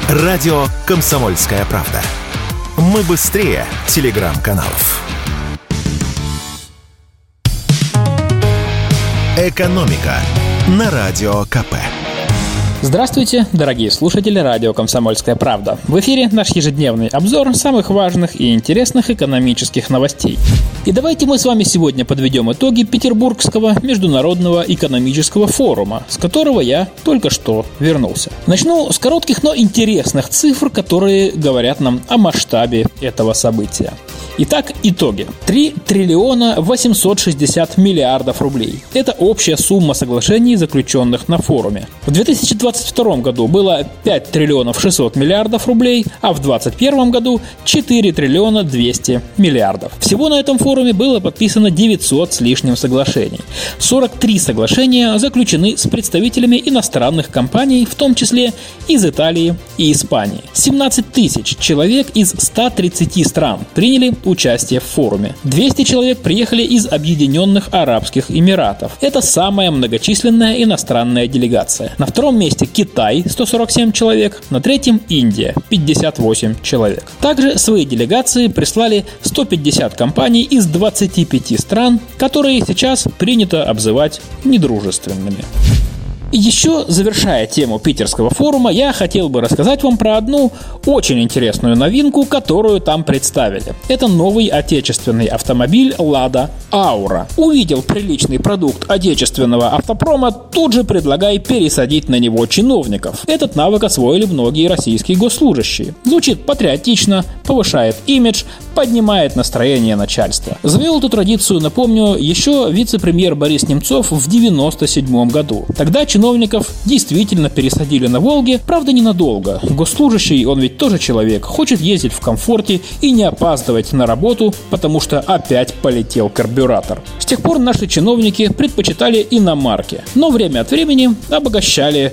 Радио «Комсомольская правда». Мы быстрее телеграм-каналов. «Экономика» на Радио КП. Здравствуйте, дорогие слушатели радио «Комсомольская правда». В эфире наш ежедневный обзор самых важных и интересных экономических новостей. И давайте мы с вами сегодня подведем итоги Петербургского международного экономического форума, с которого я только что вернулся. Начну с коротких, но интересных цифр, которые говорят нам о масштабе этого события. Итак, итоги. 3 триллиона 860 миллиардов рублей. Это общая сумма соглашений, заключенных на форуме. В 2022 году было 5 триллионов 600 миллиардов рублей, а в 2021 году 4 триллиона 200 миллиардов. Всего на этом форуме было подписано 900 с лишним соглашений. 43 соглашения заключены с представителями иностранных компаний, в том числе из Италии и Испании. 17 тысяч человек из 130 стран приняли участие в форуме. 200 человек приехали из Объединенных Арабских Эмиратов. Это самая многочисленная иностранная делегация. На втором месте Китай, 147 человек. На третьем Индия, 58 человек. Также свои делегации прислали 150 компаний из 25 стран, которые сейчас принято обзывать недружественными. Еще, завершая тему Питерского форума, я хотел бы рассказать вам про одну очень интересную новинку, которую там представили. Это новый отечественный автомобиль «Лада Аура». Увидел приличный продукт отечественного автопрома, тут же предлагай пересадить на него чиновников. Этот навык освоили многие российские госслужащие. Звучит патриотично, повышает имидж, поднимает настроение начальства. Завел эту традицию, напомню, еще вице-премьер Борис Немцов в 1997 году. Тогда чиновников действительно пересадили на «Волге», правда ненадолго. Госслужащий, он ведь тоже человек, хочет ездить в комфорте и не опаздывать на работу, потому что опять полетел карбюратор. С тех пор наши чиновники предпочитали иномарки, но время от времени обогащали,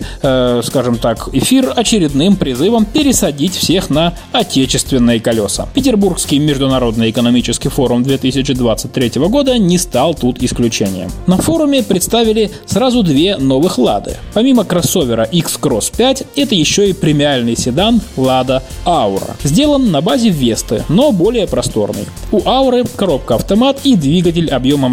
эфир очередным призывом пересадить всех на отечественные колеса. Петербургский международный экономический форум 2023 года не стал тут исключением. На форуме представили сразу две новых «Лады». Помимо кроссовера X-Cross 5, это еще и премиальный седан «Лада Аура». Сделан на базе Весты, но более просторный. У Ауры коробка-автомат и двигатель объемом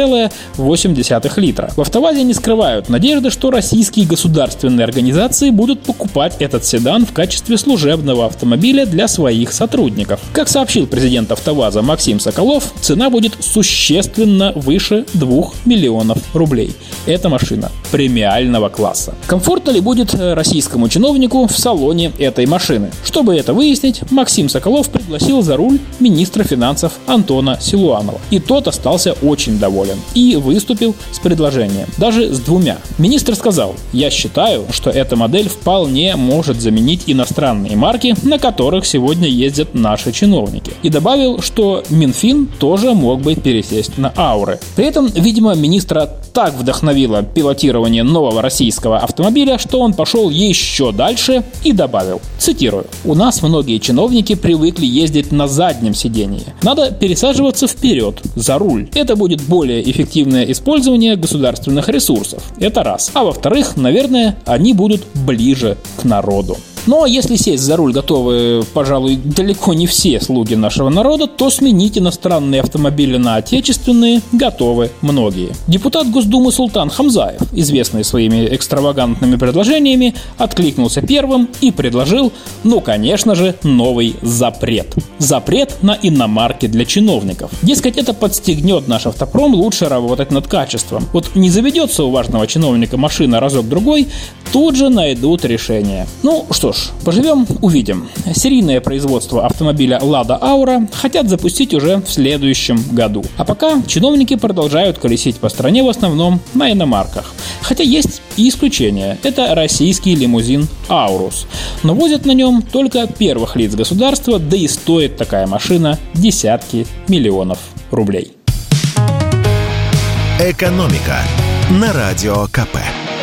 1,8 литра. В АвтоВАЗе не скрывают надежды, что российские государственные организации будут покупать этот седан в качестве служебного автомобиля для своих сотрудников. Как сообщил президент АвтоВАЗа Максим Соколов, цена будет существенно выше 2 миллионов рублей. Эта машина премиального класса. Комфортно ли будет российскому чиновнику в салоне этой машины? Чтобы это выяснить, Максим Соколов пригласил за руль министра финансов Антона Силуанова. И тот остался очень доволен и выступил с предложением. Даже с двумя. Министр сказал: «Я считаю, что эта модель вполне может заменить иностранные марки, на которых сегодня ездят наши чиновники». И добавил, что Минфин тоже мог бы пересесть на Ауры. При этом, видимо, министра так вдохновило пилотирование нового российского автомобиля, что он пошел еще дальше и добавил, цитирую: «У нас многие чиновники привыкли ездить на заднем сидении. Надо пересаживаться вперед, за руль. Это будет более эффективное использование государственных ресурсов. Это раз. А во-вторых, наверное, они будут ближе к народу». Но если сесть за руль готовы, пожалуй, далеко не все слуги нашего народа, то сменить иностранные автомобили на отечественные готовы многие. Депутат Госдумы Султан Хамзаев, известный своими экстравагантными предложениями, откликнулся первым и предложил, конечно же, новый запрет. Запрет на иномарки для чиновников. Дескать, это подстегнет наш автопром лучше работать над качеством. Вот не заведется у важного чиновника машина разок-другой, тут же найдут решение. Что ж, поживем, увидим. Серийное производство автомобиля «Лада Аура» хотят запустить уже в следующем году. А пока чиновники продолжают колесить по стране в основном на иномарках. Хотя есть и исключения. Это российский лимузин «Аурус». Но возят на нем только первых лиц государства, да и стоит такая машина десятки миллионов рублей. «Экономика» на Радио КП.